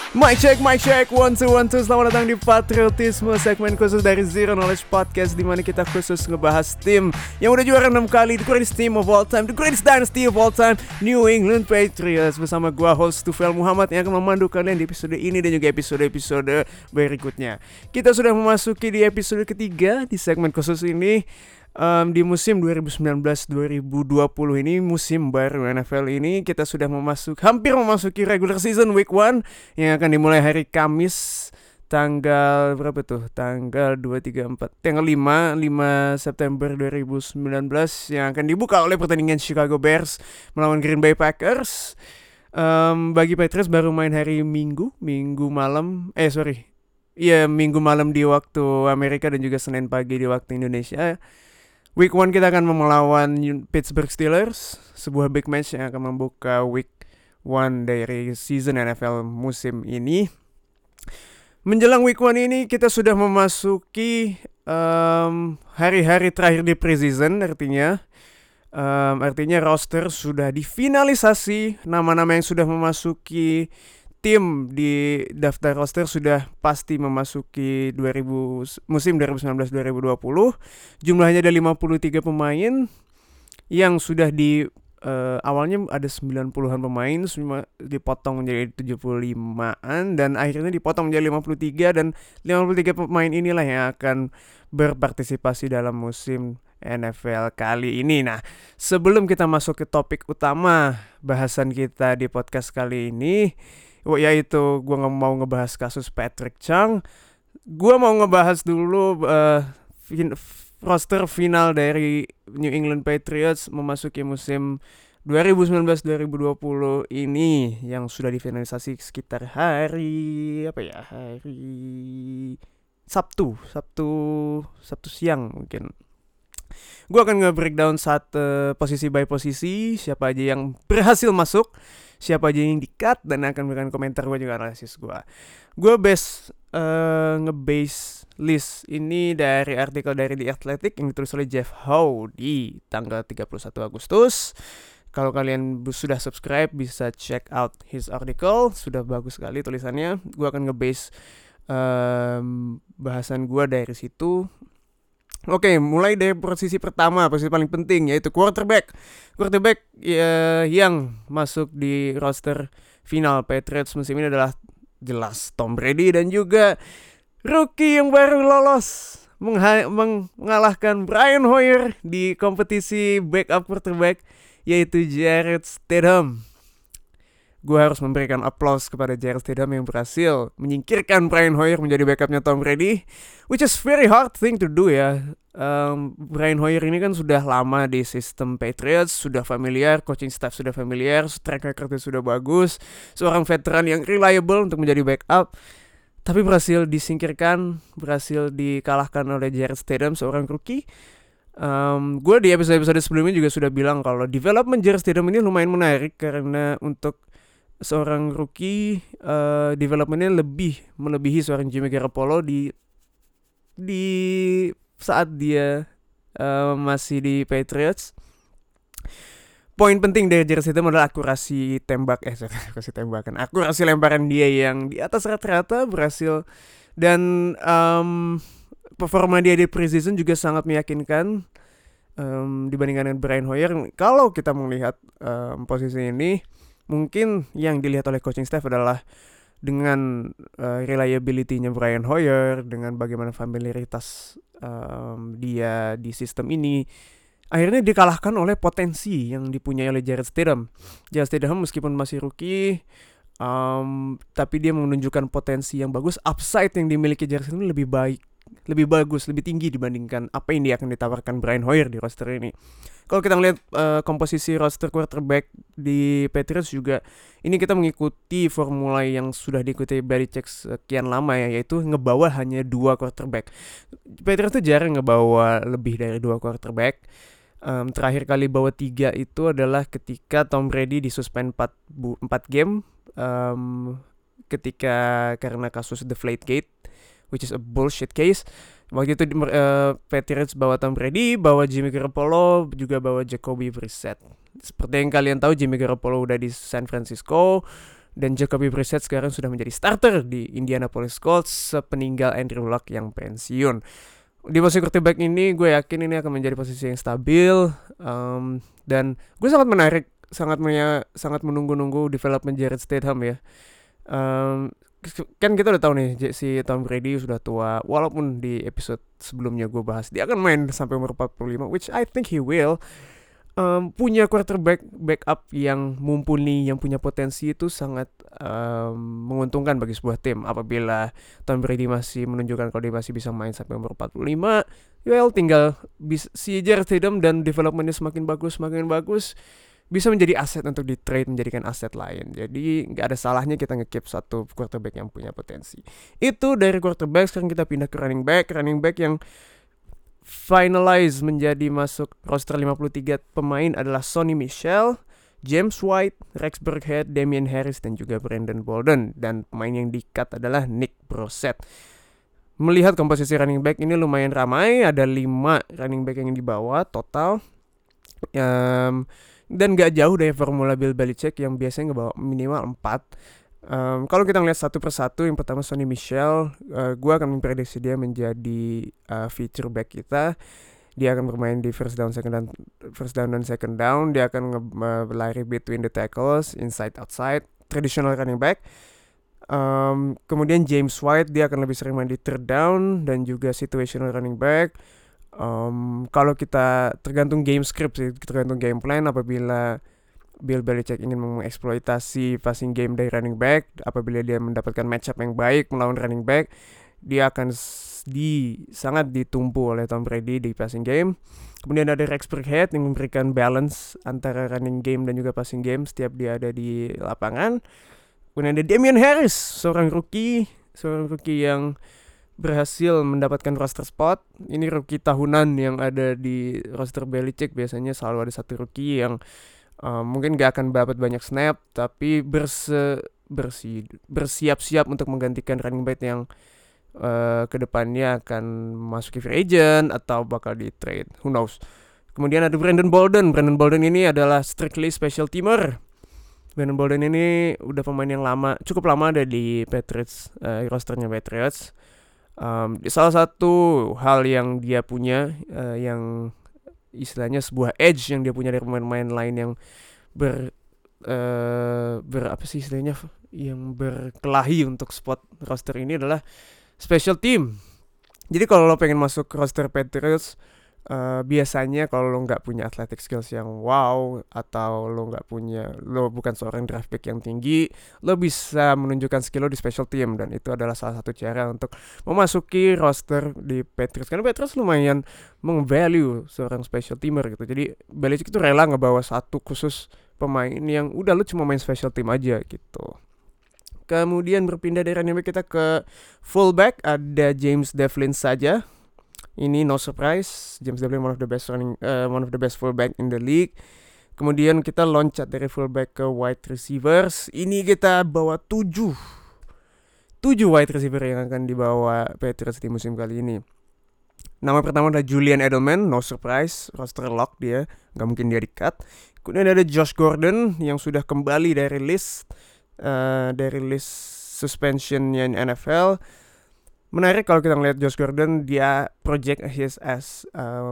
Mic check, 1 2 1 2. Selamat datang di Patriotisme, segmen khusus dari Zero Knowledge Podcast, di mana kita khusus ngebahas tim yang udah juara 6 kali, the greatest team of all time, the greatest dynasty of all time, New England Patriots. Bersama gua host Tufel Muhammad yang akan memandu kalian di episode ini dan juga episode-episode berikutnya. Kita sudah memasuki di episode ketiga di segmen khusus ini. Di musim 2019-2020 ini, musim baru NFL ini, kita sudah hampir memasuki regular season week 1 yang akan dimulai hari Kamis tanggal berapa tuh? Tanggal 5 September 2019 yang akan dibuka oleh pertandingan Chicago Bears melawan Green Bay Packers. Bagi Patriots baru main hari Minggu malam di waktu Amerika dan juga Senin pagi di waktu Indonesia. Week 1 kita akan melawan Pittsburgh Steelers, sebuah big match yang akan membuka week 1 dari season NFL musim ini. Menjelang week 1 ini kita sudah memasuki hari-hari terakhir di preseason, artinya roster sudah difinalisasi, nama-nama yang sudah memasuki tim di daftar roster sudah pasti memasuki musim 2019-2020. Jumlahnya ada 53 pemain yang sudah awalnya ada 90-an pemain, semua dipotong menjadi 75-an dan akhirnya dipotong menjadi 53, dan 53 pemain inilah yang akan berpartisipasi dalam musim NFL kali ini. Nah, sebelum kita masuk ke topik utama bahasan kita di podcast kali ini, yaitu gue gak mau ngebahas kasus Patrick Chung, gue mau ngebahas dulu roster final dari New England Patriots memasuki musim 2019-2020 ini yang sudah difinalisasi sekitar hari Sabtu siang mungkin. Gue akan nge-breakdown posisi by posisi, siapa aja yang berhasil masuk, siapa aja yang di-cut, dan akan berikan komentar gue juga analisis gue. Gue nge-base list ini dari artikel dari The Athletic yang ditulis oleh Jeff Howe di tanggal 31 Agustus. Kalau kalian sudah subscribe bisa check out his article, sudah bagus sekali tulisannya. Gue akan nge-base bahasan gue dari situ. Oke, mulai dari posisi pertama, posisi paling penting, yaitu quarterback yang masuk di roster final Patriots musim ini adalah jelas Tom Brady, dan juga rookie yang baru lolos mengalahkan Brian Hoyer di kompetisi backup quarterback, yaitu Jarrett Stidham. Gue harus memberikan applause kepada Jarrett Stidham yang berhasil menyingkirkan Brian Hoyer menjadi backupnya Tom Brady, which is very hard thing to do ya. Brian Hoyer ini kan sudah lama di sistem Patriots, sudah familiar, coaching staff sudah familiar, track recordnya sudah bagus, seorang veteran yang reliable untuk menjadi backup, tapi berhasil dikalahkan oleh Jarrett Stidham, seorang rookie. Gue di episode sebelumnya juga sudah bilang kalau development Jarrett Stidham ini lumayan menarik karena untuk seorang rookie developmentnya melebihi seorang Jimmy Garoppolo di saat dia masih di Patriots. Poin penting dari Jarrett Stidham adalah akurasi lemparan dia yang di atas rata-rata berhasil, dan performa dia di preseason juga sangat meyakinkan dibandingkan dengan Brian Hoyer. Kalau kita melihat posisi ini, mungkin yang dilihat oleh coaching staff adalah dengan reliability-nya Brian Hoyer, dengan bagaimana familiaritas dia di sistem ini, akhirnya dikalahkan oleh potensi yang dipunyai oleh Jarrett Stidham. Jarrett Stidham meskipun masih rookie, tapi dia menunjukkan potensi yang bagus. Upside yang dimiliki Jarrett Stidham lebih bagus, lebih tinggi dibandingkan apa yang dia akan ditawarkan Brian Hoyer di roster ini. Kalau kita melihat komposisi roster quarterback di Patriots juga, ini kita mengikuti formula yang sudah diikuti Belichick sekian lama ya, yaitu ngebawa hanya 2 quarterback. Patriots tuh jarang ngebawa lebih dari 2 quarterback. Terakhir kali bawa 3 itu adalah ketika Tom Brady disuspend 4 game karena kasus Deflategate, which is a bullshit case. Waktu itu Patriots bawa Tom Brady, bawa Jimmy Garoppolo, juga bawa Jacoby Brissett. Seperti yang kalian tahu, Jimmy Garoppolo udah di San Francisco, Dan Jacoby Brissett sekarang sudah menjadi starter di Indianapolis Colts sepeninggal Andrew Luck yang pensiun. Di posisi quarterback ini gue yakin ini akan menjadi posisi yang stabil, dan gue sangat menunggu-nunggu development Jared Statham ya. Kan kita udah tahu nih si Tom Brady sudah tua, walaupun di episode sebelumnya gue bahas dia akan main sampai umur 45, which I think he will. Punya quarterback backup yang mumpuni, yang punya potensi itu sangat menguntungkan bagi sebuah tim. Apabila Tom Brady masih menunjukkan kalau dia masih bisa main sampai umur 45, tinggal si Jared Stidham dan developmentnya semakin bagus, bisa menjadi aset untuk di trade menjadikan aset lain. Jadi nggak ada salahnya kita nge-keep satu quarterback yang punya potensi. Itu dari quarterback. Sekarang kita pindah ke running back yang finalize menjadi masuk roster 53 pemain adalah Sonny Michel, James White, Rex Burkhead, Damian Harris, dan juga Brandon Bolden. Dan pemain yang di-cut adalah Nick Brossette. Melihat komposisi running back ini lumayan ramai, ada 5 running back yang dibawa total, dan gak jauh dari formula Bill Belichick yang biasanya ngebawa minimal 4. Kalau kita ngeliat satu persatu, yang pertama Sonny Michel, gue akan memprediksi dia menjadi feature back kita. Dia akan bermain di first down dan second down. Dia akan berlari between the tackles, inside outside, traditional running back. Kemudian James White, dia akan lebih sering main di third down dan juga situational running back. Kalau kita tergantung game script sih, tergantung game plan. Apabila Bill Belichick ingin mengeksploitasi passing game dari running back, apabila dia mendapatkan matchup yang baik melawan running back, dia akan sangat ditumpu oleh Tom Brady di passing game. Kemudian ada Rex Burkhead yang memberikan balance antara running game dan juga passing game setiap dia ada di lapangan. Kemudian ada Damian Harris, seorang rookie yang berhasil mendapatkan roster spot. Ini rookie tahunan yang ada di roster Belichick. Biasanya selalu ada satu rookie yang mungkin gak akan dapat banyak snap, tapi bersiap-siap untuk menggantikan running back yang kedepannya akan masuk free agent atau bakal di trade, who knows. Kemudian ada Brandon Bolden ini adalah strictly special teamer. Brandon Bolden ini udah pemain yang cukup lama ada di Patriots, rosternya Patriots. Salah satu hal yang dia punya, yang istilahnya sebuah edge yang dia punya dari pemain-pemain lain yang yang berkelahi untuk spot roster ini adalah special team. Jadi kalau lo pengen masuk roster Patriots, biasanya kalau lo nggak punya athletic skills yang wow, atau lo bukan seorang draft pick yang tinggi, lo bisa menunjukkan skill lo di special team, dan itu adalah salah satu cara untuk memasuki roster di Patriots. Karena Patriots lumayan meng-value seorang special teamer gitu. Jadi Belichick itu rela ngebawa satu khusus pemain yang udah lo cuma main special team aja gitu. Kemudian berpindah dari running back kita ke fullback, ada James Devlin saja. Ini no surprise, James Devlin one of the best fullback in the league. Kemudian kita loncat dari fullback ke wide receivers. Ini kita bawa 7 wide receiver yang akan dibawa Patriots di musim kali ini. Nama pertama adalah Julian Edelman, no surprise, roster lock dia, gak mungkin dia di-cut. Kemudian ada Josh Gordon yang sudah kembali dari list suspensionnya NFL. Menarik kalau kita ngeliat Josh Gordon, dia project as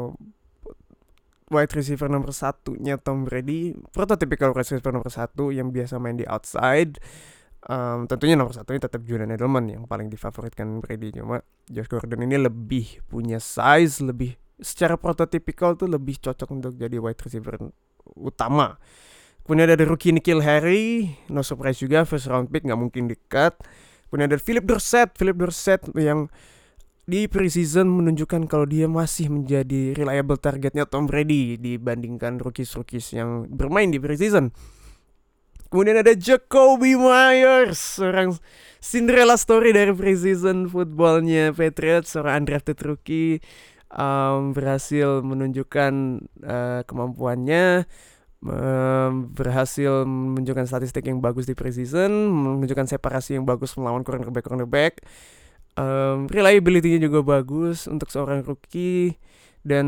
wide receiver nomor 1-nya Tom Brady, prototypical wide receiver nomor 1 yang biasa main di outside. Tentunya nomor 1-nya tetap Julian Edelman yang paling difavoritkan Brady, cuma Josh Gordon ini lebih punya size, lebih secara prototypical tuh lebih cocok untuk jadi wide receiver utama. Kemudian ada rookie N'Keal Harry, no surprise juga, first round pick, gak mungkin di-cut. Kemudian ada Philip Dorsett yang di preseason menunjukkan kalau dia masih menjadi reliable targetnya Tom Brady dibandingkan rookies yang bermain di preseason. Kemudian ada Jacoby Myers, seorang Cinderella story dari preseason footballnya Patriots, seorang undrafted rookie, berhasil menunjukkan kemampuannya, berhasil menunjukkan statistik yang bagus di preseason, menunjukkan separasi yang bagus melawan cornerback. Reliability-nya juga bagus untuk seorang rookie, dan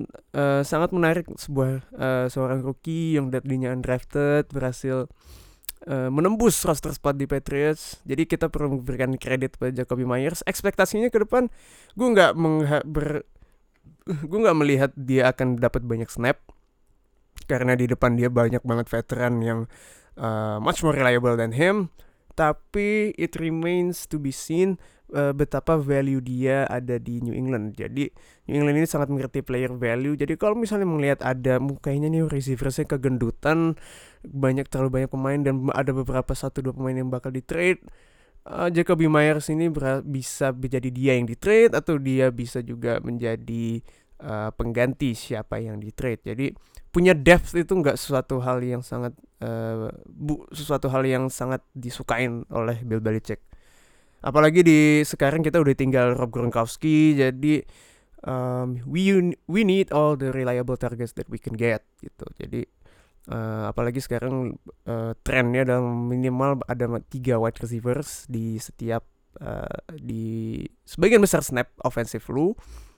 sangat menarik seorang rookie yang tadinya undrafted berhasil menembus roster spot di Patriots. Jadi kita perlu memberikan kredit pada Jacoby Myers. Ekspektasinya ke depan gue nggak gue nggak melihat dia akan dapat banyak snap karena di depan dia banyak banget veteran yang much more reliable than him. Tapi it remains to be seen betapa value dia ada di New England. Jadi New England ini sangat mengerti player value. Jadi kalau misalnya melihat ada kayaknya nih receiversnya kegendutan, terlalu banyak pemain dan ada beberapa 1-2 pemain yang bakal di trade, Jacoby Myers ini bisa menjadi dia yang di trade atau dia bisa juga menjadi pengganti siapa yang di trade. Jadi punya depth itu nggak sesuatu hal yang sangat disukain oleh Bill Belichick. Apalagi di sekarang kita udah tinggal Rob Gronkowski, jadi we need all the reliable targets that we can get gitu. Jadi apalagi sekarang trennya dalam minimal ada 3 wide receivers di setiap di sebagian besar snap offensive lu.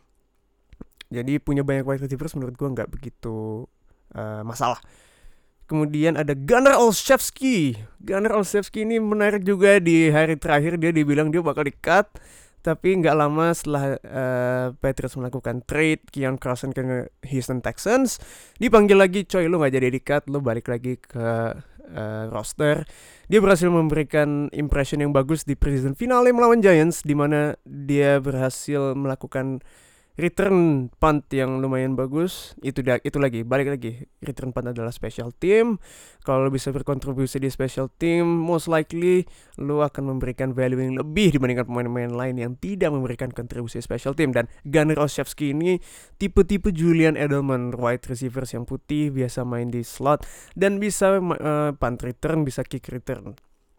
Jadi punya banyak wide receivers menurut gue nggak begitu masalah. Kemudian ada Gunnar Olszewski. Gunnar Olszewski ini menarik juga. Di hari terakhir dia dibilang dia bakal di-cut, tapi nggak lama setelah Patriots melakukan trade Keon Carson ke Houston Texans, dipanggil lagi, coy lu nggak jadi di-cut, lu balik lagi ke roster. Dia berhasil memberikan impression yang bagus di preseason finale melawan Giants, di mana dia berhasil melakukan return punt yang lumayan bagus. Itu lagi, balik lagi, return punt adalah special team. Kalau lo bisa berkontribusi di special team, most likely lo akan memberikan value yang lebih dibandingkan pemain-pemain lain yang tidak memberikan kontribusi special team. Dan Gunnar Olszewski ini tipe-tipe Julian Edelman, wide receivers yang putih, biasa main di slot dan bisa punt return, bisa kick return.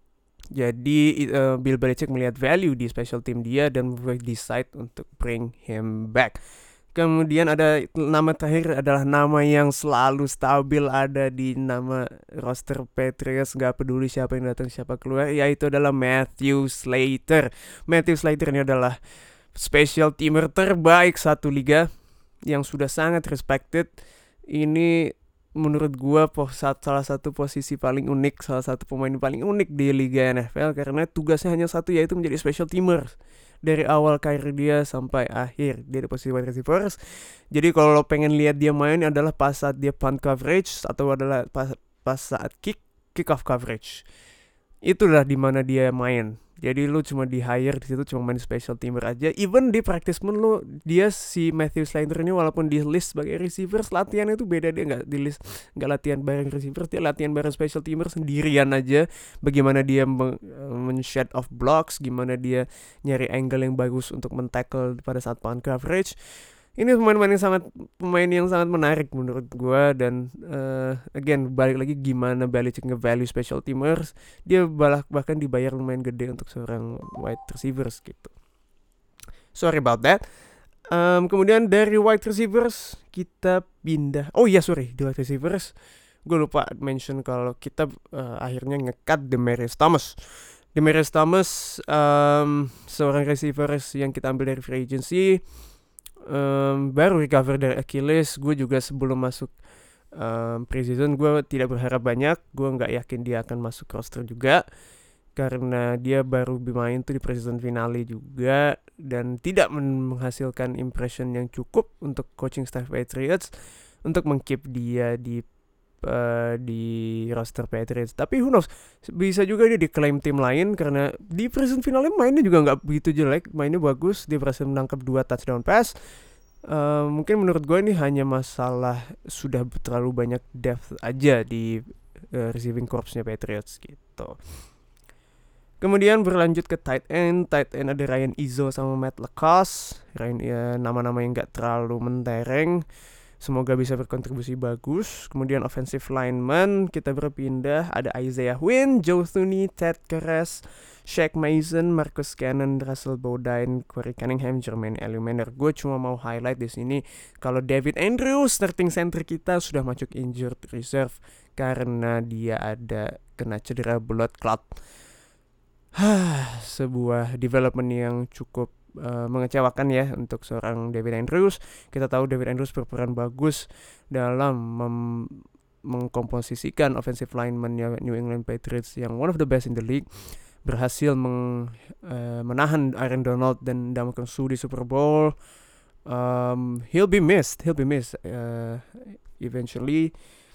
Jadi Bill Belichick melihat value di special team dia dan decide untuk bring him back. Kemudian ada nama terakhir adalah nama yang selalu stabil ada di nama roster Patriots, gak peduli siapa yang datang siapa keluar, yaitu adalah Matthew Slater. Matthew Slater ini adalah special teamer terbaik satu liga yang sudah sangat respected. Ini menurut gua salah satu posisi paling unik, salah satu pemain paling unik di Liga NFL karena tugasnya hanya satu, yaitu menjadi special teamer. Dari awal karir dia sampai akhir dia di posisi wide receivers. Jadi kalau lo pengen lihat dia main adalah pas saat dia punt coverage atau adalah pas saat kick off coverage. Itulah dimana dia main. Jadi lu cuma di hire di situ, cuma main special teamer aja. Even di practice pun lu, dia si Matthew Slater ini walaupun di list sebagai receivers, latihan itu beda. Dia nggak di list, nggak latihan bareng receivers, dia latihan bareng special teamer sendirian aja. Bagaimana dia men-shed off blocks, gimana dia nyari angle yang bagus untuk men-tackle pada saat punt coverage. Ini pemain yang sangat menarik menurut gue. Dan again, balik lagi gimana Belichick nge-value special teamers. Dia bahkan dibayar lumayan gede untuk seorang wide receivers gitu. Sorry about that. Kemudian dari wide receivers kita pindah. Di wide receivers gue lupa mention kalau kita akhirnya nge-cut Demaryius Thomas. Demaryius Thomas seorang receivers yang kita ambil dari free agency. Baru recover dari Achilles. Gue juga sebelum masuk preseason gue tidak berharap banyak. Gue gak yakin dia akan masuk roster juga karena dia baru bermain tuh di preseason finale juga dan tidak menghasilkan impression yang cukup untuk coaching staff Patriots untuk meng-keep dia di roster Patriots. Tapi who knows, bisa juga dia diklaim tim lain karena di preseason finale mainnya juga nggak begitu jelek, mainnya bagus, dia berhasil menangkap 2 touchdown pass. Mungkin menurut gue ini hanya masalah sudah terlalu banyak depth aja di receiving corps-nya Patriots gitu. Kemudian berlanjut ke tight end ada Ryan Izzo sama Matt LaCosse. Nama-nama yang nggak terlalu mentereng, semoga bisa berkontribusi bagus. Kemudian offensive lineman kita berpindah, ada Isaiah Wynn, Joe Thuney, Ted Karras, Shaq Mason, Marcus Cannon, Russell Bodine, Corey Cunningham, Jermaine Elumenaire. Gue cuma mau highlight di sini kalau David Andrews, starting center kita, sudah masuk injured reserve karena dia ada kena cedera blood clot. Sebuah development yang cukup mengecewakan ya untuk seorang David Andrews. Kita tahu David Andrews berperan bagus dalam mengkomposisikan offensive lineman-nya New England Patriots yang one of the best in the league, berhasil menahan Aaron Donald dan Ndamukong Suh di Super Bowl. He'll be missed eventually.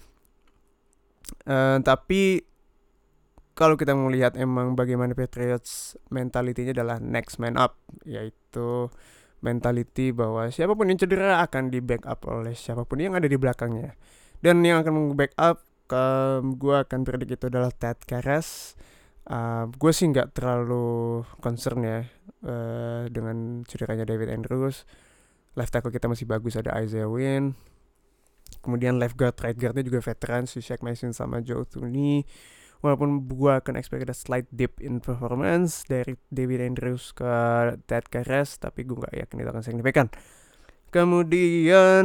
Tapi kalau kita melihat emang bagaimana Patriots mentalitinya adalah next man up, yaitu mentality bahwa siapapun yang cedera akan di backup oleh siapapun yang ada di belakangnya. Dan yang akan meng-backup, gue akan predik itu adalah Ted Karras. Gue sih nggak terlalu concern ya dengan cederanya David Andrews. Left tackle kita masih bagus, ada Isaiah Wynn. Kemudian left guard, right guardnya juga veteran, si Shaq Mason sama Joe Thuney. Walaupun gue akan expect ada slight dip in performance dari David Andrews ke Ted Karras, tapi gue gak yakin itu akan signifikan. Kemudian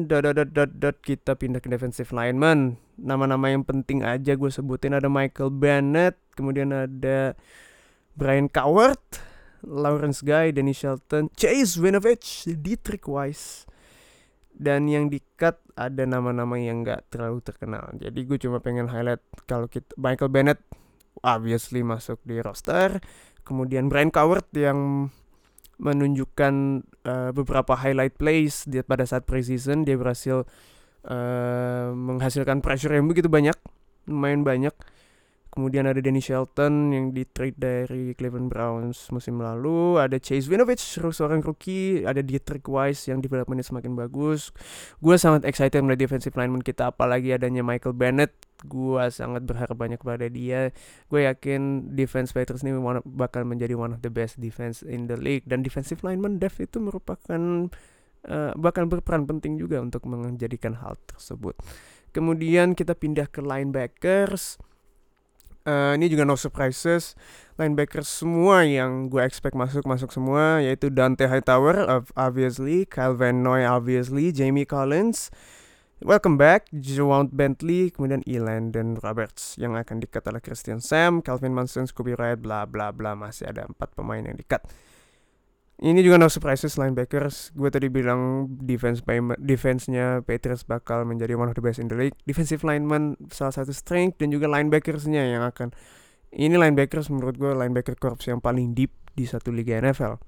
kita pindah ke defensive lineman. Nama-nama yang penting aja gue sebutin, ada Michael Bennett, kemudian ada Brian Coward, Lawrence Guy, Danny Shelton, Chase Winovich, Dietrich Wise. Dan yang di-cut ada nama-nama yang gak terlalu terkenal. Jadi gue cuma pengen highlight kalau Michael Bennett obviously masuk di roster. Kemudian Brian Coward yang menunjukkan beberapa highlight plays pada saat preseason. Dia berhasil menghasilkan pressure yang begitu banyak, lumayan banyak. Kemudian ada Danny Shelton yang di-trade dari Cleveland Browns musim lalu. Ada Chase Winovich, seorang rookie. Ada Dietrich Wise yang developmentnya semakin bagus. Gue sangat excited melihat defensive lineman kita, apalagi adanya Michael Bennett. Gue sangat berharap banyak pada dia. Gue yakin defense Patriots ini bakal menjadi one of the best defense in the league. Dan defensive lineman depth itu merupakan bakal berperan penting juga untuk menjadikan hal tersebut. Kemudian kita pindah ke linebackers. Ini juga no surprises, linebackers semua yang gue expect masuk semua, yaitu Dante Hightower obviously, Kyle Van Noy obviously, Jamie Collins, welcome back, Jawant Bentley, kemudian Elandon Roberts yang akan di-cut oleh Christian Sam, Calvin Munson, Scooby Wright, bla bla bla. Masih ada 4 pemain yang di-cut. Ini juga no surprises linebackers. Gue tadi bilang defense-nya Patriots bakal menjadi one of the best in the league. Defensive lineman salah satu strength, dan juga linebackersnya yang akan. Ini linebackers menurut gue linebacker corps yang paling deep di satu liga NFL.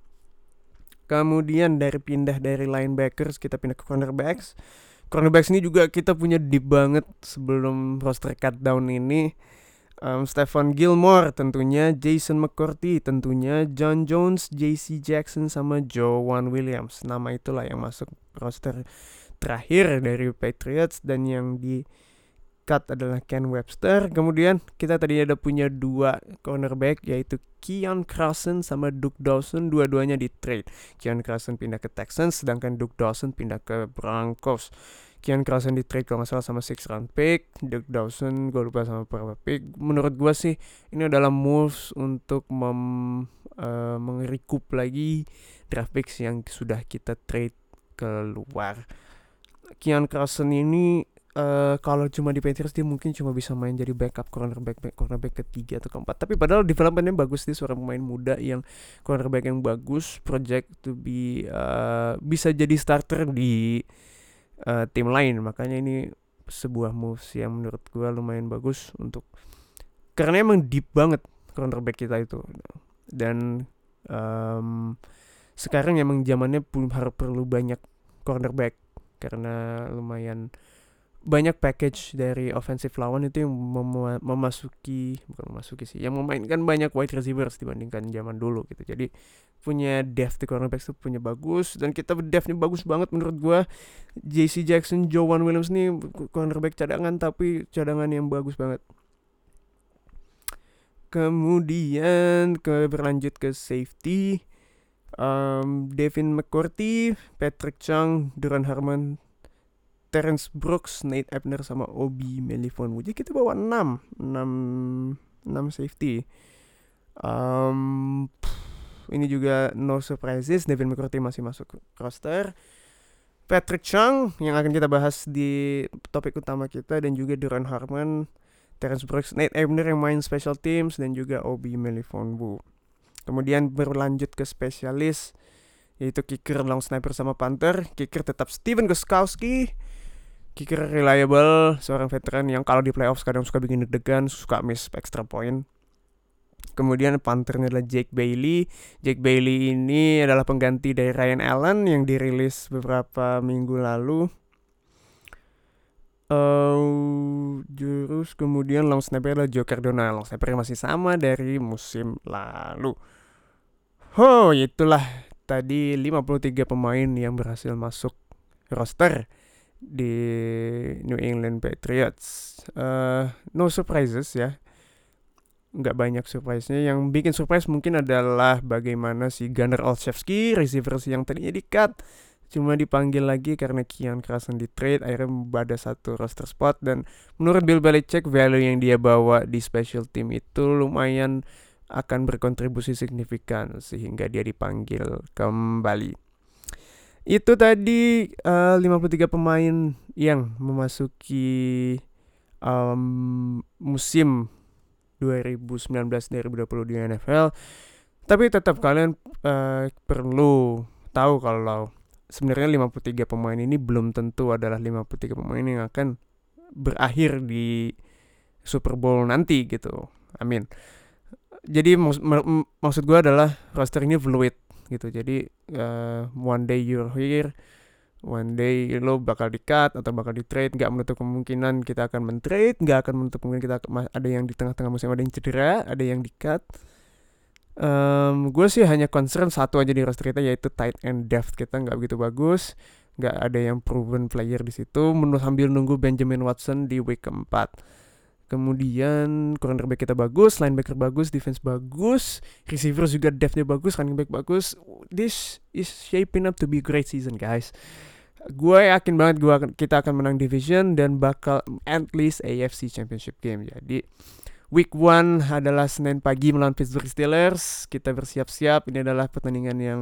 Kemudian pindah dari linebackers kita pindah ke cornerbacks. Cornerbacks ini juga kita punya deep banget sebelum roster cut down ini. Stephon Gilmore tentunya, Jason McCourty tentunya, John Jones, JC Jackson, sama Joejuan Williams. Nama itulah yang masuk roster terakhir dari Patriots, dan yang di cut adalah Ken Webster. Kemudian kita tadi ada punya 2 cornerback, yaitu Keon Carson sama Duke Dawson. Dua-duanya di trade. Keon Carson pindah ke Texans, sedangkan Duke Dawson pindah ke Broncos. Keon Carson di trade kalau gak salah sama 6 round pick. Duke Dawson gue lupa sama berapa pick. Menurut gue sih ini adalah moves untuk merecoup lagi draft picks yang sudah kita trade keluar. Keon Carson ini kalau cuma di Patriots dia mungkin cuma bisa main jadi backup cornerback ketiga atau keempat. Tapi padahal developmentnya bagus, dia seorang pemain muda yang cornerback yang bagus, project to be bisa jadi starter di tim lain. Makanya ini sebuah moves yang menurut gue lumayan bagus untuk, karena emang deep banget cornerback kita itu. Dan sekarang emang zamannya perlu banyak cornerback, karena lumayan banyak package dari offensive lawan itu yang yang memainkan banyak wide receivers dibandingkan zaman dulu gitu. Jadi punya depth di cornerback itu punya bagus, dan kita depthnya bagus banget menurut gua. JC Jackson, Joejuan Williams nih cornerback cadangan, tapi cadangan yang bagus banget. Kemudian berlanjut ke safety, Devin McCourty, Patrick Chung, Duron Harmon, Terrence Brooks, Nate Ebner, sama Obi Melifonwu. Jadi kita bawa 6 safety. Ini juga no surprises, Devin McCourty masih masuk roster. Patrick Chung yang akan kita bahas di topik utama kita, dan juga Duron Harmon, Terrence Brooks, Nate Ebner yang main special teams, dan juga Obi Melifonwu. Kemudian berlanjut ke spesialis, yaitu kicker, long snapper, sama punter. Kicker tetap Steven Gostkowski. kicker reliable, seorang veteran yang kalau di playoffs kadang suka bikin deg-degan, suka miss extra point. Kemudian punternya adalah Jake Bailey. Jake Bailey ini adalah pengganti dari Ryan Allen yang dirilis beberapa minggu lalu. Jurus kemudian long snapper adalah Joe Cardona. Long snapper masih sama dari musim lalu. Itulah tadi 53 pemain yang berhasil masuk roster di New England Patriots. No surprises ya. Nggak banyak surprise-nya. Yang bikin surprise mungkin adalah bagaimana si Gunnar Olszewski, receivers yang tadinya di-cut, cuma dipanggil lagi karena Kian Carlson di trade, akhirnya ada satu roster spot. Dan menurut Bill Belichick, value yang dia bawa di special team itu lumayan akan berkontribusi signifikan sehingga dia dipanggil kembali. Itu tadi 53 pemain yang memasuki musim 2019-2020 di NFL. Tapi tetap kalian perlu tahu kalau sebenarnya 53 pemain ini belum tentu adalah 53 pemain yang akan berakhir di Super Bowl nanti gitu. Amin. Jadi maksud gue adalah roster ini fluid gitu. Jadi one day you're here, one day lo bakal di-cut atau bakal di-trade. Gak menutup kemungkinan kita akan men-trade, gak akan menutup kemungkinan kita ada yang di tengah-tengah musim ada yang cedera, ada yang di-cut. Gue sih hanya concern satu aja di roster kita, yaitu tight end depth kita gak begitu bagus. Gak ada yang proven player di situ. Sambil nunggu Benjamin Watson di week keempat. Kemudian cornerback kita bagus, linebacker bagus, defense bagus, receivers juga depth-nya bagus, running back bagus. This is shaping up to be a great season, guys. Gue yakin banget kita akan menang division dan bakal at least AFC Championship game. Jadi week 1 adalah Senin pagi melawan Pittsburgh Steelers. Kita bersiap-siap. Ini adalah pertandingan yang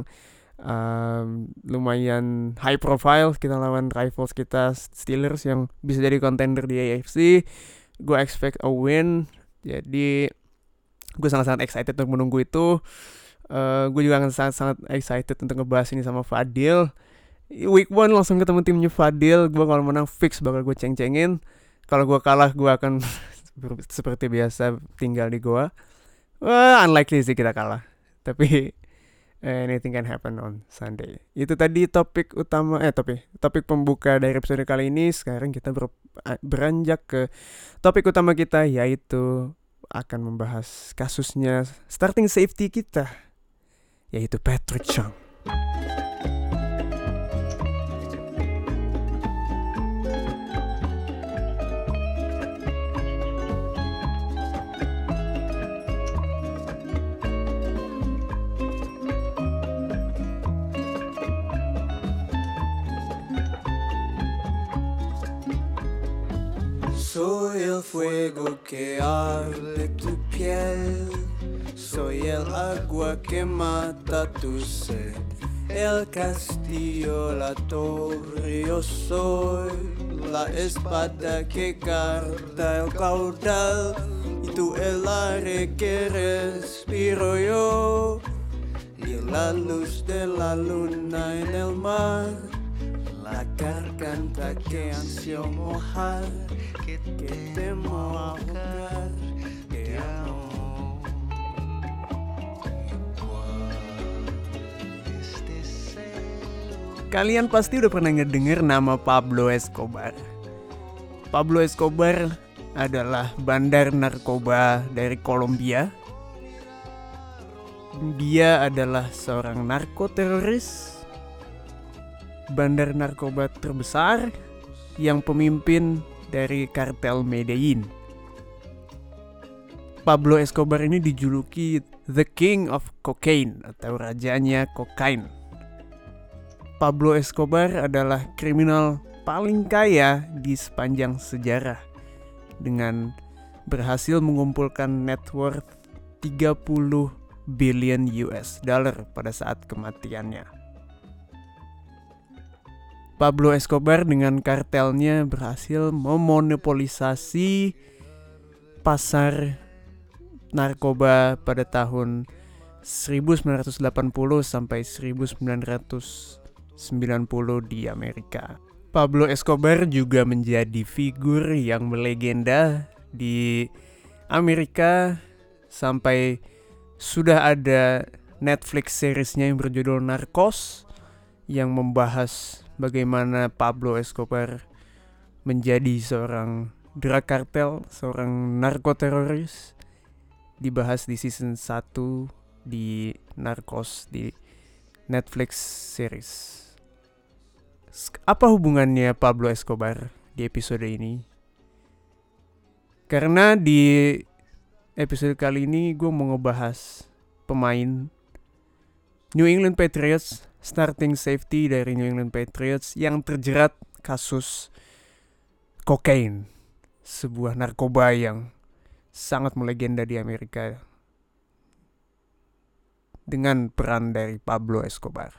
lumayan high profile. Kita lawan rivals kita Steelers yang bisa jadi contender di AFC. Gue expect a win. Jadi gue sangat-sangat excited untuk menunggu itu. Gue juga akan sangat-sangat excited untuk ngebahas ini sama Fadil. Week 1 langsung ketemu timnya Fadil. Gue kalau menang fix bakal gue ceng-cengin. Kalau gue kalah gue akan seperti biasa tinggal di goa. Unlikely sih kita kalah. Tapi anything can happen on Sunday. Itu tadi topik utama topik pembuka dari episode kali ini. Sekarang kita beranjak ke topik utama kita, yaitu akan membahas kasusnya starting safety kita, yaitu Patrick Chung. Soy el fuego que arde tu piel, soy el agua que mata tu sed, el castillo, la torre, yo soy la espada que carga el caudal, y tú el aire que respiro yo, y la luz de la luna en el mar. La garganta que ansio mojar, que temo ahogar, que amo. Kalian pasti udah pernah ngedenger nama Pablo Escobar. Pablo Escobar adalah bandar narkoba dari Kolombia. Dia adalah seorang narkoteroris, bandar narkoba terbesar yang pemimpin dari kartel Medellin. Pablo Escobar ini dijuluki The King of Cocaine atau rajanya kokain. Pablo Escobar adalah kriminal paling kaya di sepanjang sejarah dengan berhasil mengumpulkan net worth 30 billion US dollar pada saat kematiannya. Pablo Escobar dengan kartelnya berhasil memonopolisasi pasar narkoba pada tahun 1980 sampai 1990 di Amerika. Pablo Escobar juga menjadi figur yang melegenda di Amerika sampai sudah ada Netflix seriesnya yang berjudul Narcos yang membahas bagaimana Pablo Escobar menjadi seorang drug cartel, seorang narkoteroris. Dibahas di season 1 di Narcos di Netflix series. Apa hubungannya Pablo Escobar di episode ini? Karena di episode kali ini gue mau ngebahas pemain New England Patriots, starting safety dari New England Patriots yang terjerat kasus kokain, sebuah narkoba yang sangat melegenda di Amerika dengan peran dari Pablo Escobar.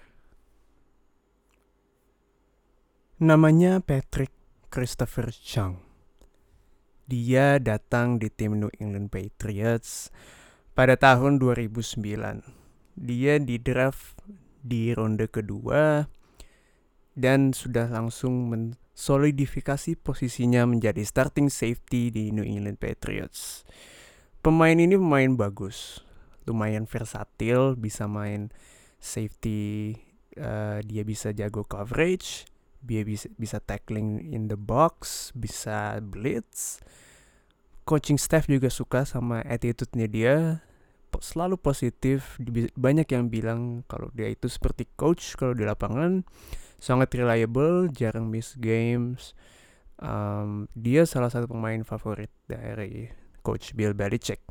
Namanya Patrick Christopher Chung. Dia datang di tim New England Patriots pada tahun 2009. Dia di draft di ronde kedua dan sudah langsung mensolidifikasi posisinya menjadi starting safety di New England Patriots. Pemain ini pemain bagus, lumayan versatil, bisa main safety, dia bisa jago coverage, dia bisa tackling in the box, bisa blitz. Coaching staff juga suka sama attitude-nya dia, selalu positif. Banyak yang bilang kalau dia itu seperti coach kalau di lapangan, sangat reliable, jarang miss games. Dia salah satu pemain favorit dari Coach Bill Belichick.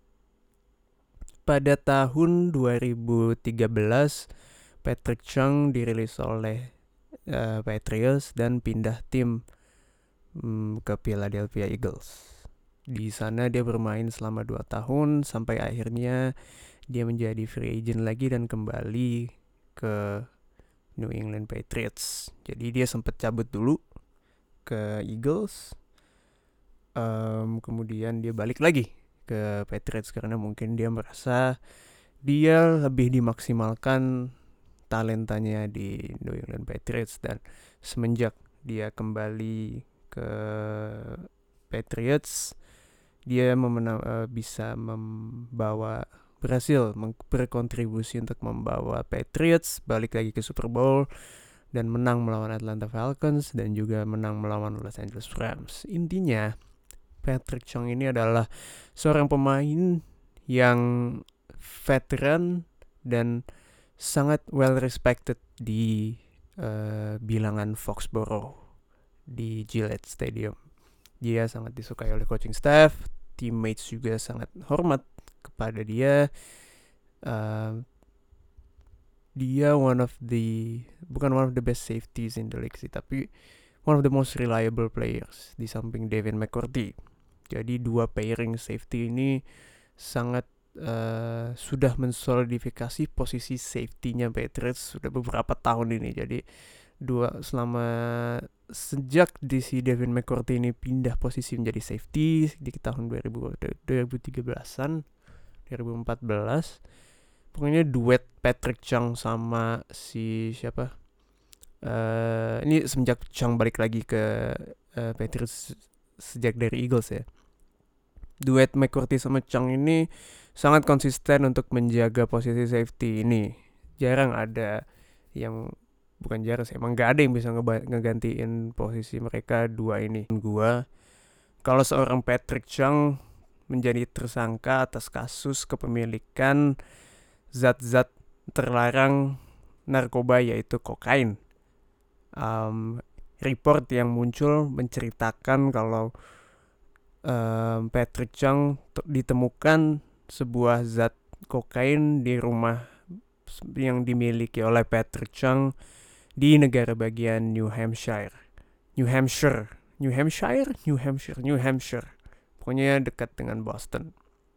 Pada tahun 2013, Patrick Chung dirilis oleh Patriots dan pindah tim ke Philadelphia Eagles. Di sana dia bermain selama 2 tahun sampai akhirnya dia menjadi free agent lagi dan kembali ke New England Patriots. Jadi dia sempat cabut dulu ke Eagles, kemudian dia balik lagi ke Patriots karena mungkin dia merasa dia lebih dimaksimalkan talentanya di New England Patriots. Dan semenjak dia kembali ke Patriots, dia bisa berhasil berkontribusi untuk membawa Patriots balik lagi ke Super Bowl dan menang melawan Atlanta Falcons dan juga menang melawan Los Angeles Rams. Intinya Patrick Chung ini adalah seorang pemain yang veteran dan sangat well respected di bilangan Foxborough di Gillette Stadium. Dia sangat disukai oleh coaching staff, teammates juga sangat hormat kepada dia. Dia bukan one of the best safeties in the league sih, tapi one of the most reliable players di samping Devin McCourty. Jadi 2 pairing safety ini sangat sudah mensolidifikasi posisi safety-nya Patriots sudah beberapa tahun ini. Jadi sejak si Devin McCourty ini pindah posisi menjadi safety di tahun 2013-an, 2014. Pokoknya duet Patrick Chung sama si siapa? Ini semenjak Chung balik lagi ke Patriots sejak dari Eagles ya. Duet McCourty sama Chung ini sangat konsisten untuk menjaga posisi safety ini. Jarang ada yang, bukan jarang sih, emang gak ada yang bisa ngegantiin posisi mereka dua ini. Kalau seorang Patrick Chung menjadi tersangka atas kasus kepemilikan zat-zat terlarang narkoba yaitu kokain. Report yang muncul menceritakan kalau Patrick Chung ditemukan sebuah zat kokain di rumah yang dimiliki oleh Patrick Chung di negara bagian New Hampshire. Pokoknya dekat dengan Boston.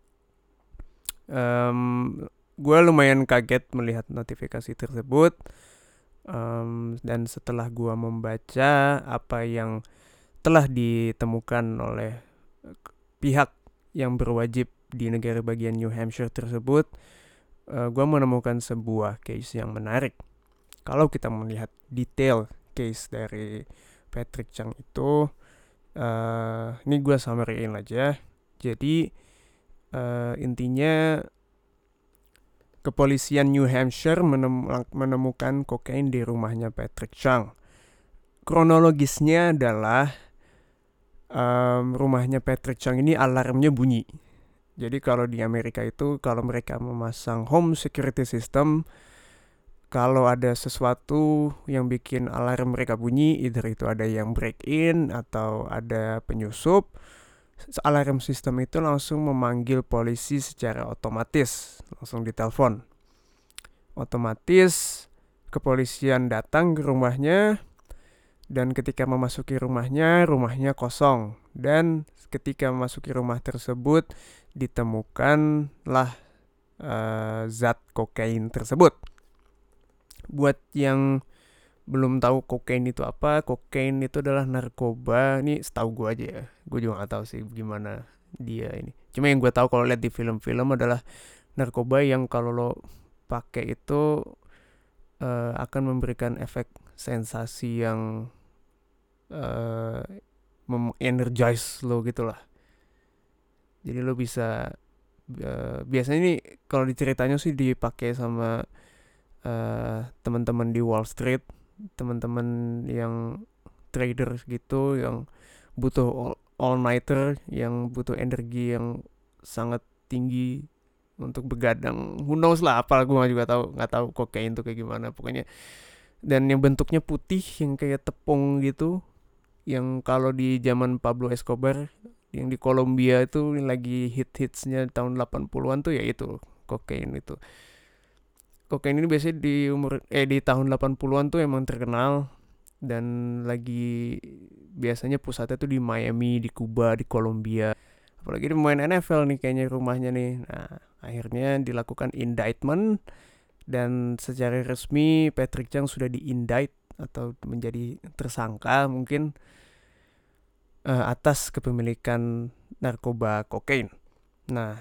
Gue lumayan kaget melihat notifikasi tersebut. Dan setelah gue membaca apa yang telah ditemukan oleh pihak yang berwajib di negara bagian New Hampshire tersebut, gue menemukan sebuah case yang menarik. Kalau kita melihat detail case dari Patrick Chung itu, ini gue summary-in aja. Jadi intinya kepolisian New Hampshire menemukan kokain di rumahnya Patrick Chung. Kronologisnya adalah rumahnya Patrick Chung ini alarmnya bunyi. Jadi kalau di Amerika itu, kalau mereka memasang home security system, kalau ada sesuatu yang bikin alarm mereka bunyi, either itu ada yang break in atau ada penyusup, alarm sistem itu langsung memanggil polisi secara otomatis, langsung ditelepon. Otomatis kepolisian datang ke rumahnya, dan ketika memasuki rumahnya kosong. Dan ketika memasuki rumah tersebut ditemukanlah zat kokain tersebut. Buat yang belum tahu kokain itu apa, kokain itu adalah narkoba. Ini setahu gue aja ya, gue juga nggak tahu sih gimana dia ini. Cuma yang gue tahu kalau lihat di film-film adalah narkoba yang kalau lo pakai itu akan memberikan efek sensasi yang energize lo gitulah. Jadi lo bisa biasanya ini kalau diceritanya sih dipakai sama teman-teman di Wall Street, teman-teman yang trader gitu, yang butuh all nighter, yang butuh energi yang sangat tinggi untuk begadang. Who knows lah, apa gue juga nggak tahu kokain tuh kayak gimana pokoknya. Dan yang bentuknya putih yang kayak tepung gitu, yang kalau di zaman Pablo Escobar yang di Kolombia itu lagi hits-hitsnya tahun 80-an tuh, ya itu kokain itu. Kokain ini biasanya di tahun 80-an tuh emang terkenal, dan lagi biasanya pusatnya tuh di Miami, di Kuba, di Kolombia. Apalagi dia main NFL nih kayaknya rumahnya nih. Nah, akhirnya dilakukan indictment, dan secara resmi Patrick Chung sudah di-indict atau menjadi tersangka mungkin atas kepemilikan narkoba kokain. Nah,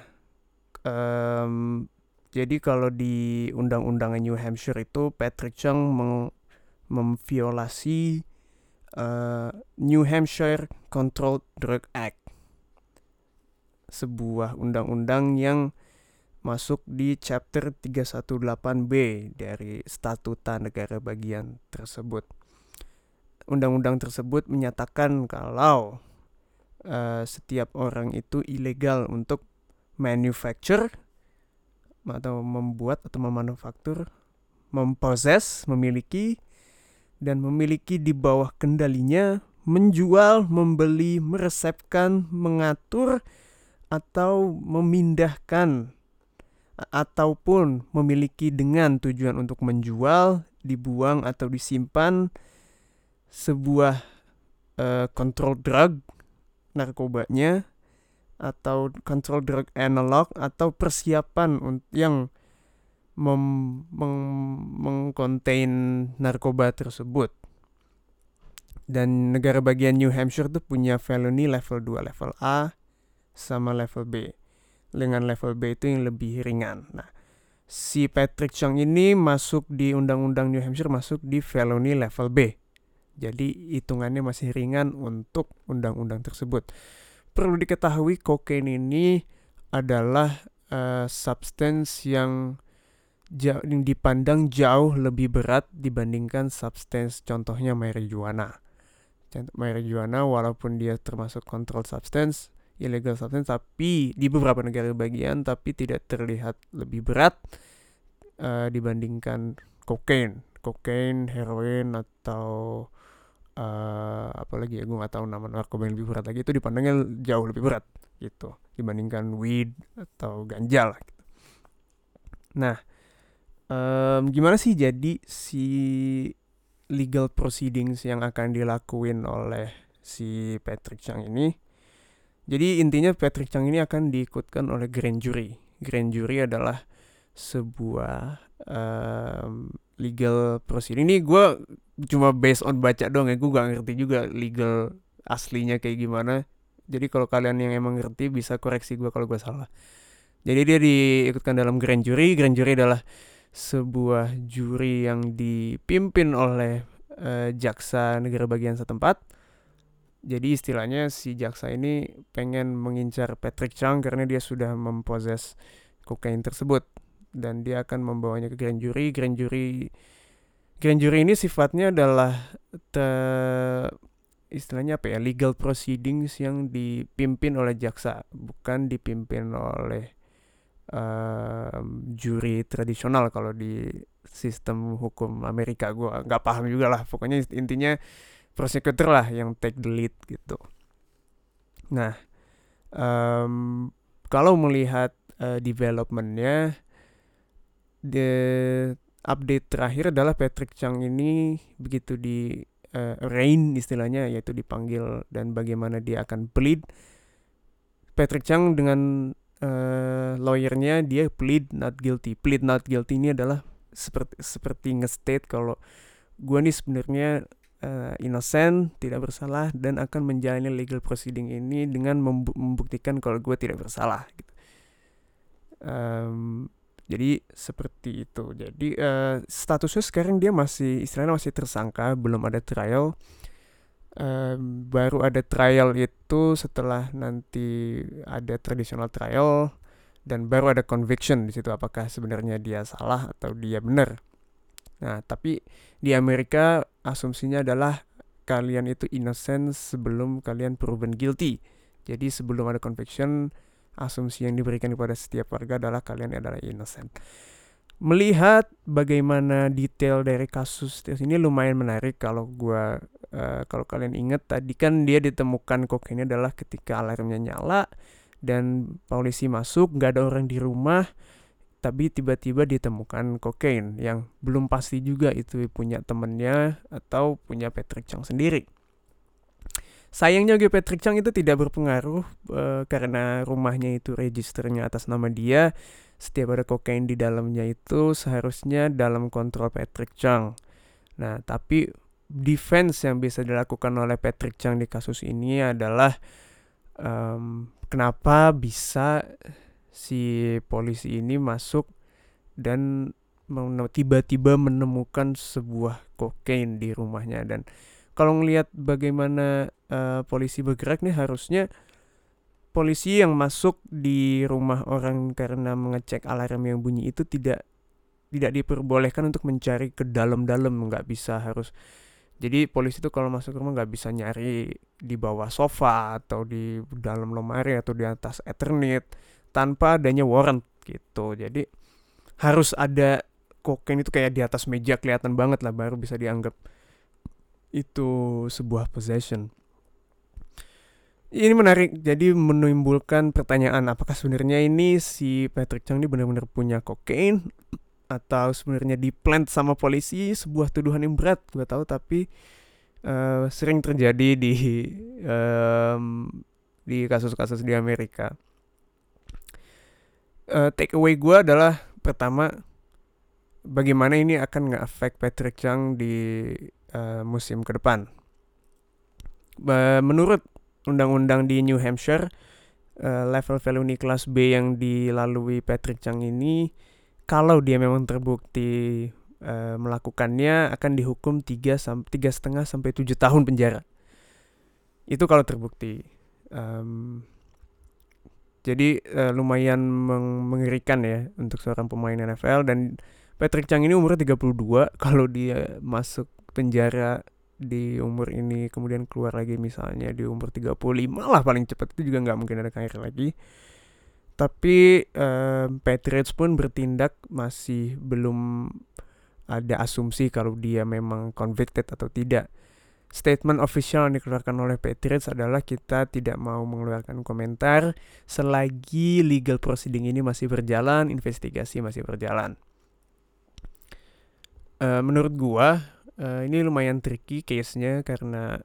jadi kalau di undang-undang New Hampshire itu Patrick Chung memviolasi New Hampshire Controlled Drug Act, sebuah undang-undang yang masuk di chapter 318B dari Statuta Negara Bagian tersebut. Undang-undang tersebut menyatakan kalau setiap orang itu ilegal untuk manufacture atau membuat atau memanufaktur, memproses, memiliki, dan memiliki di bawah kendalinya, menjual, membeli, meresepkan, mengatur, atau memindahkan, ataupun memiliki dengan tujuan untuk menjual, dibuang, atau disimpan sebuah control drug, narkobanya, atau control drug analog, atau persiapan yang mengcontain narkoba tersebut. Dan negara bagian New Hampshire tuh punya felony level 2, level A sama level B. Dengan level B itu yang lebih ringan. Nah, si Patrick Chung ini masuk di undang-undang New Hampshire, masuk di felony level B. Jadi hitungannya masih ringan untuk undang-undang tersebut. Perlu diketahui kokain ini adalah substance yang dipandang jauh lebih berat dibandingkan substance contohnya marijuana. Marijuana walaupun dia termasuk controlled substance, illegal substance, tapi di beberapa negara bagian tapi tidak terlihat lebih berat dibandingkan kokain, heroin, atau apalagi ya gue nggak tahu nama narkoba yang lebih berat lagi, itu dipandangnya jauh lebih berat gitu dibandingkan weed atau ganja lah gitu. Nah, gimana sih jadi si legal proceedings yang akan dilakuin oleh si Patrick Chung ini? Jadi intinya Patrick Chung ini akan diikutkan oleh grand jury. Grand jury adalah sebuah legal proceeding. Ini gue cuma based on baca doang ya, gue gak ngerti juga legal aslinya kayak gimana. Jadi kalau kalian yang emang ngerti bisa koreksi gue kalau gue salah. Jadi dia diikutkan dalam grand jury. Grand jury adalah sebuah juri yang dipimpin oleh jaksa negara bagian setempat. Jadi istilahnya si jaksa ini pengen mengincar Patrick Chung karena dia sudah memposes kokain tersebut, dan dia akan membawanya ke grand jury. Grand jury ini sifatnya adalah istilahnya apa ya, legal proceedings yang dipimpin oleh jaksa, bukan dipimpin oleh juri tradisional kalau di sistem hukum Amerika. Gue nggak paham juga lah, pokoknya intinya prosecutor lah yang take the lead gitu. Nah, kalau melihat developmentnya, the update terakhir adalah Patrick Chung ini begitu di arraign istilahnya, yaitu dipanggil dan bagaimana dia akan plead. Patrick Chung dengan lawyernya dia plead not guilty. Plead not guilty ini adalah seperti nge-state kalau gue nih sebenarnya innocent, tidak bersalah, dan akan menjalani legal proceeding ini dengan membuktikan kalau gue tidak bersalah gitu. Jadi seperti itu. Jadi statusnya sekarang dia masih istilahnya masih tersangka, belum ada trial. Baru ada trial itu setelah nanti ada traditional trial, dan baru ada conviction di situ apakah sebenarnya dia salah atau dia benar. Nah, tapi di Amerika asumsinya adalah kalian itu innocent sebelum kalian proven guilty. Jadi sebelum ada conviction, asumsi yang diberikan kepada setiap warga adalah kalian adalah innocent. Melihat bagaimana detail dari kasus ini lumayan menarik. Kalau kalian ingat tadi kan dia ditemukan kokainnya adalah ketika alarmnya nyala dan polisi masuk, nggak ada orang di rumah, tapi tiba-tiba ditemukan kokain yang belum pasti juga itu punya temennya atau punya Patrick Chung sendiri. Sayangnya Patrick Chung itu tidak berpengaruh karena rumahnya itu registernya atas nama dia. Setiap ada kokain di dalamnya itu seharusnya dalam kontrol Patrick Chung. Nah, tapi defense yang bisa dilakukan oleh Patrick Chung di kasus ini adalah kenapa bisa si polisi ini masuk dan tiba-tiba menemukan sebuah kokain di rumahnya. Dan kalau ngelihat bagaimana polisi bergerak nih, harusnya polisi yang masuk di rumah orang karena mengecek alarm yang bunyi itu tidak diperbolehkan untuk mencari ke dalam-dalam, nggak bisa. Harus, jadi polisi itu kalau masuk rumah nggak bisa nyari di bawah sofa atau di dalam lemari atau di atas Ethernet tanpa adanya warrant gitu. Jadi harus ada kokain itu kayak di atas meja, kelihatan banget lah, baru bisa dianggap itu sebuah possession. Ini menarik, jadi menimbulkan pertanyaan apakah sebenarnya ini si Patrick Chung ini benar-benar punya kokain atau sebenarnya diplant sama polisi. Sebuah tuduhan yang berat, gue tahu, tapi sering terjadi di kasus-kasus di Amerika. Take away gue adalah, pertama, bagaimana ini akan nge-affect Patrick Chung di musim ke depan. Menurut undang-undang di New Hampshire, level felony kelas B yang dilalui Patrick Chung ini, kalau dia memang terbukti melakukannya, akan dihukum 3,5 sampai 7 tahun penjara. Itu kalau terbukti. Jadi lumayan mengerikan ya untuk seorang pemain NFL. Dan Patrick Chung ini umurnya 32. Kalau dia masuk penjara di umur ini kemudian keluar lagi misalnya di umur 35 lah paling cepat, itu juga nggak mungkin ada karir lagi. Tapi Patriots pun bertindak masih belum ada asumsi kalau dia memang convicted atau tidak. Statement official yang dikeluarkan oleh Patriots adalah kita tidak mau mengeluarkan komentar selagi legal proceeding ini masih berjalan, investigasi masih berjalan. Menurut gua ini lumayan tricky case-nya karena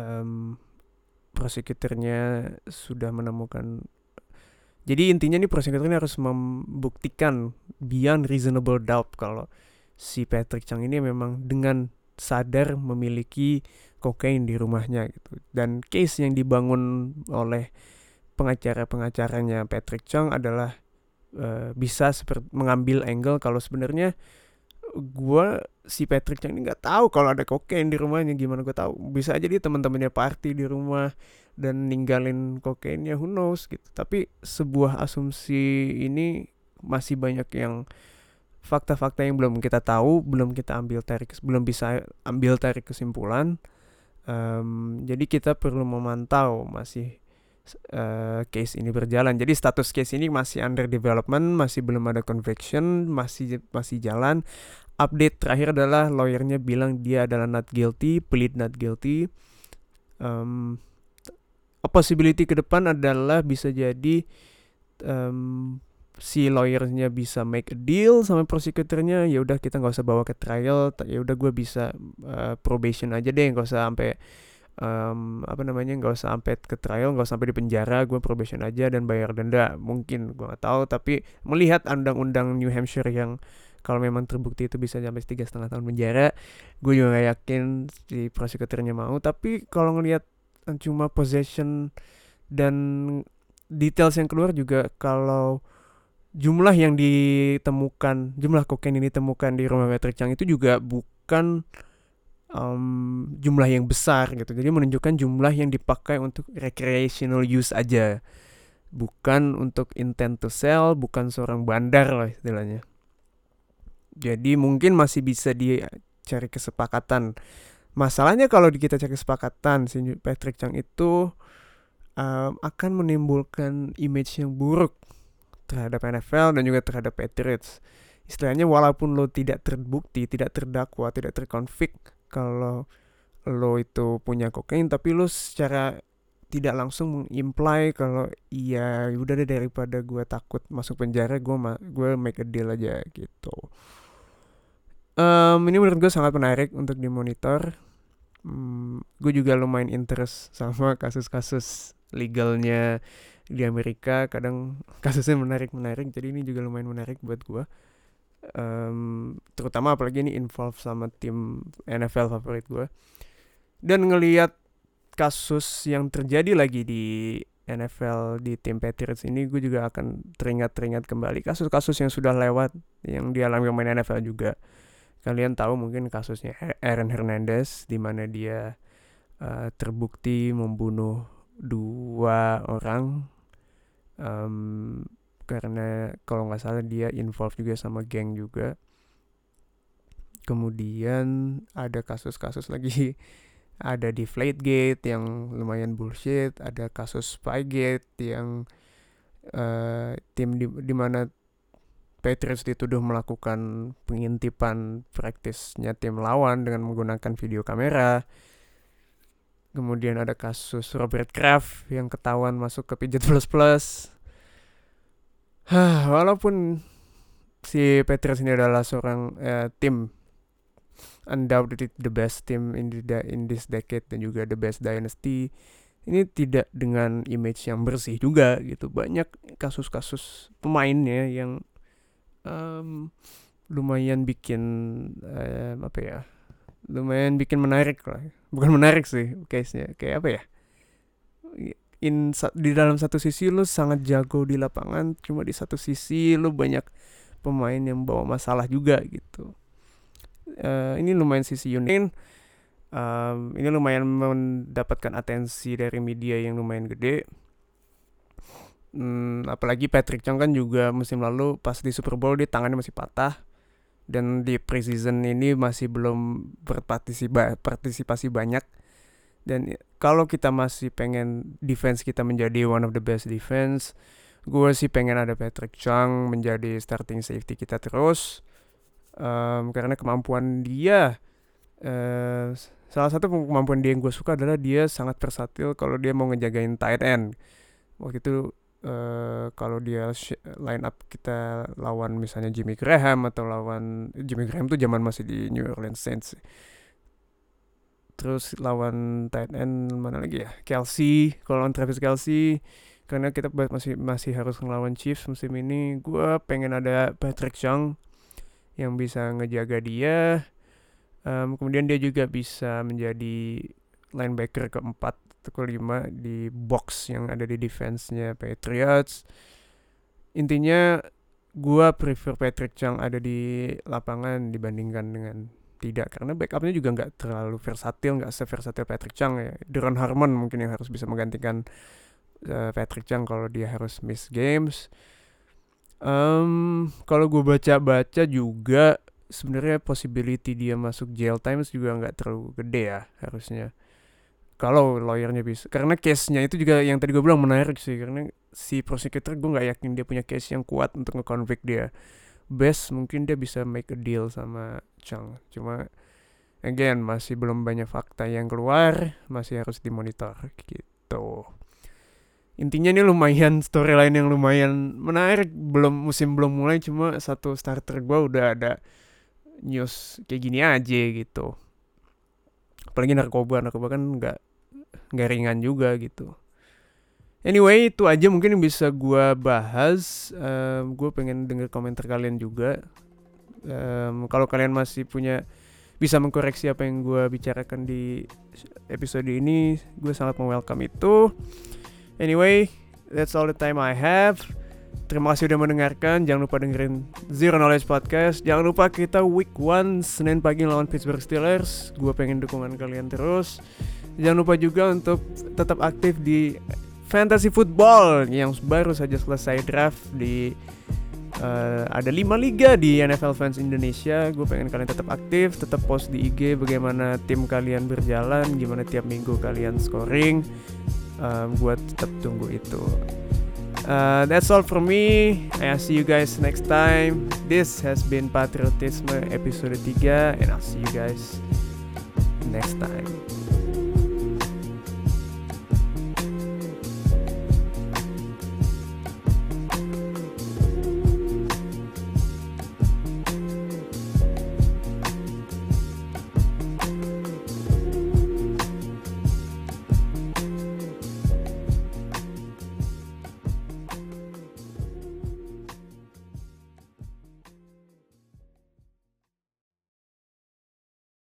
prosekutornya sudah menemukan. Jadi intinya nih prosekutornya harus membuktikan beyond reasonable doubt kalau si Patrick Chung ini memang dengan sadar memiliki kokain di rumahnya gitu. Dan case yang dibangun oleh pengacaranya Patrick Chung adalah bisa mengambil angle kalau sebenarnya si Patrick Chung ini nggak tahu kalau ada kokain di rumahnya. Gimana gue tahu? Bisa aja dia teman-temannya party di rumah dan ninggalin kokainnya, who knows gitu. Tapi sebuah asumsi ini masih banyak yang fakta-fakta yang belum kita tahu, belum bisa ambil tarik kesimpulan. Jadi kita perlu memantau masih case ini berjalan. Jadi status case ini masih under development, masih belum ada conviction, masih jalan. Update terakhir adalah lawyernya bilang dia adalah plead not guilty. A possibility ke depan adalah bisa jadi si lawyernya bisa make a deal sama prosecutornya, ya udah kita nggak usah bawa ke trial, ya udah gue bisa probation aja deh, nggak usah sampai nggak usah sampai ke trial, nggak usah sampai di penjara, gue probation aja dan bayar denda. Mungkin gue nggak tahu, tapi melihat undang-undang New Hampshire yang kalau memang terbukti itu bisa sampai 3,5 tahun penjara, gue juga nggak yakin si prosekutornya mau. Tapi kalau ngelihat cuma possession dan details yang keluar juga, kalau jumlah kokain yang ditemukan di rumah Patrick Chung itu juga bukan jumlah yang besar gitu. Jadi menunjukkan jumlah yang dipakai untuk recreational use aja, bukan untuk intent to sell, bukan seorang bandar lah istilahnya. Jadi mungkin masih bisa dicari kesepakatan. Masalahnya kalau kita cari kesepakatan, si Patrick Chung itu akan menimbulkan image yang buruk terhadap NFL dan juga terhadap Patriots. Istilahnya walaupun lo tidak terbukti, tidak terdakwa, tidak terkonflik kalau lo itu punya kokain, tapi lo secara tidak langsung mengimply kalau iya udah deh, daripada gue takut masuk penjara, gue make a deal aja gitu. Ini menurut gue sangat menarik untuk dimonitor. Gue juga lumayan interest sama kasus-kasus legalnya di Amerika. Kadang kasusnya menarik, jadi ini juga lumayan menarik buat gue. Terutama apalagi ini involve sama tim NFL favorit gue. Dan ngelihat kasus yang terjadi lagi di NFL di tim Patriots ini, gue juga akan teringat kembali kasus-kasus yang sudah lewat yang dialami pemain NFL juga. Kalian tahu mungkin kasusnya Aaron Hernandez, di mana dia terbukti membunuh 2 orang karena kalau nggak salah dia involved juga sama geng juga. Kemudian ada kasus-kasus lagi, ada Deflategate yang lumayan bullshit, ada kasus Spygate yang tim di mana Patriots dituduh melakukan pengintipan praktisnya tim lawan dengan menggunakan video kamera. Kemudian ada kasus Robert Kraft yang ketahuan masuk ke PJ++. Walaupun si Patriots ini adalah seorang tim undoubtedly the best team in this decade dan juga the best dynasty, ini tidak dengan image yang bersih juga gitu. Banyak kasus-kasus pemainnya yang lumayan bikin lumayan bikin menarik lah. Bukan menarik sih case-nya, kayak apa ya, di dalam satu sisi lu sangat jago di lapangan, cuma di satu sisi lu banyak pemain yang bawa masalah juga gitu. Ini lumayan sisi unik. Ini lumayan mendapatkan atensi dari media yang lumayan gede. Apalagi Patrick Chung kan juga musim lalu pas di Super Bowl dia tangannya masih patah, dan di preseason ini masih belum berpartisipasi banyak. Dan kalau kita masih pengen defense kita menjadi one of the best defense, gue sih pengen ada Patrick Chung menjadi starting safety kita terus. Karena kemampuan dia, salah satu kemampuan dia yang gue suka adalah dia sangat versatil kalau dia mau ngejagain tight end. Waktu itu kalau dia line up kita lawan misalnya Jimmy Graham tuh zaman masih di New Orleans Saints. Terus lawan tight end mana lagi ya, Kelsey, kalau lawan Travis Kelsey, karena kita masih harus ngelawan Chiefs musim ini. Gue pengen ada Patrick Chung yang bisa ngejaga dia. Kemudian dia juga bisa menjadi linebacker keempat atau kelima di box yang ada di defense-nya Patriots. Intinya gua prefer Patrick Chung ada di lapangan dibandingkan dengan tidak, karena backupnya juga nggak terlalu versatil, nggak seversatil Patrick Chung ya. Duron Harmon mungkin yang harus bisa menggantikan Patrick Chung kalau dia harus miss games. Kalau gue baca-baca juga sebenarnya possibility dia masuk jail times juga nggak terlalu gede ya harusnya. Kalau lawyernya bisa, karena case-nya itu juga yang tadi gue bilang menarik sih, karena si prosecutor gue nggak yakin dia punya case yang kuat untuk nge-convict dia. Best mungkin dia bisa make a deal sama Chung, cuma again masih belum banyak fakta yang keluar, masih harus dimonitor gitu. Intinya ini lumayan storyline yang lumayan menarik. Musim belum mulai, cuma satu starter gue udah ada news kayak gini aja gitu. Apalagi narkoba kan nggak ringan juga gitu. Anyway, itu aja mungkin yang bisa gue bahas. Gue pengen denger komentar kalian juga. Kalau kalian masih bisa mengkoreksi apa yang gue bicarakan di episode ini, gue sangat welcome itu. Anyway, that's all the time I have. Terima kasih udah mendengarkan. Jangan lupa dengerin Zero Knowledge Podcast. Jangan lupa kita week 1 Senin pagi lawan Pittsburgh Steelers. Gue pengen dukungan kalian terus. Jangan lupa juga untuk tetap aktif di fantasy football yang baru saja selesai draft di ada 5 liga di NFL Fans Indonesia. Gue pengen kalian tetap aktif, tetap post di IG bagaimana tim kalian berjalan, gimana tiap minggu kalian scoring. Gue tetap tunggu itu. That's all from me. I'll see you guys next time. This has been Patriotisme episode 3, and I'll see you guys next time.